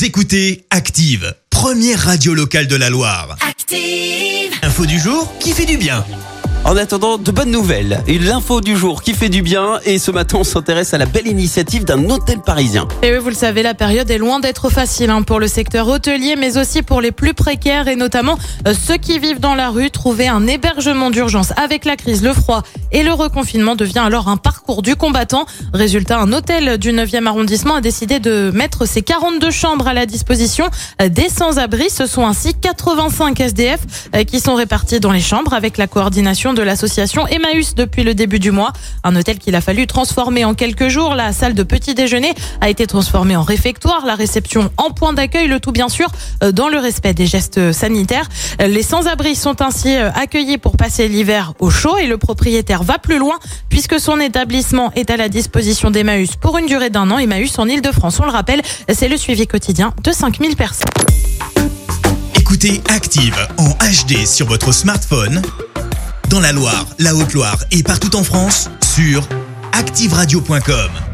Vous écoutez Active, première radio locale de la Loire. Active. Info du jour qui fait du bien. En attendant, de bonnes nouvelles. Et l'info du jour qui fait du bien. Et ce matin, on s'intéresse à la belle initiative d'un hôtel parisien. Et oui, vous le savez, la période est loin d'être facile pour le secteur hôtelier, mais aussi pour les plus précaires et notamment ceux qui vivent dans la rue. Trouver un hébergement d'urgence avec la crise, le froid et le reconfinement devient alors un parcours du combattant. Résultat, un hôtel du 9e arrondissement a décidé de mettre ses 42 chambres à la disposition des sans-abri. Ce sont ainsi 85 SDF qui sont répartis dans les chambres avec la coordination de l'association Emmaüs depuis le début du mois. Un hôtel qu'il a fallu transformer en quelques jours. La salle de petit déjeuner a été transformée en réfectoire, la réception en point d'accueil, le tout bien sûr dans le respect des gestes sanitaires. Les sans-abri sont ainsi accueillis pour passer l'hiver au chaud et le propriétaire va plus loin puisque son établissement est à la disposition d'Emmaüs pour une durée d'1 an. Emmaüs en Ile-de-France, on le rappelle, c'est le suivi quotidien de 5000 personnes. Écoutez Active en HD sur votre smartphone, dans la Loire, la Haute-Loire et partout en France, sur activeradio.com.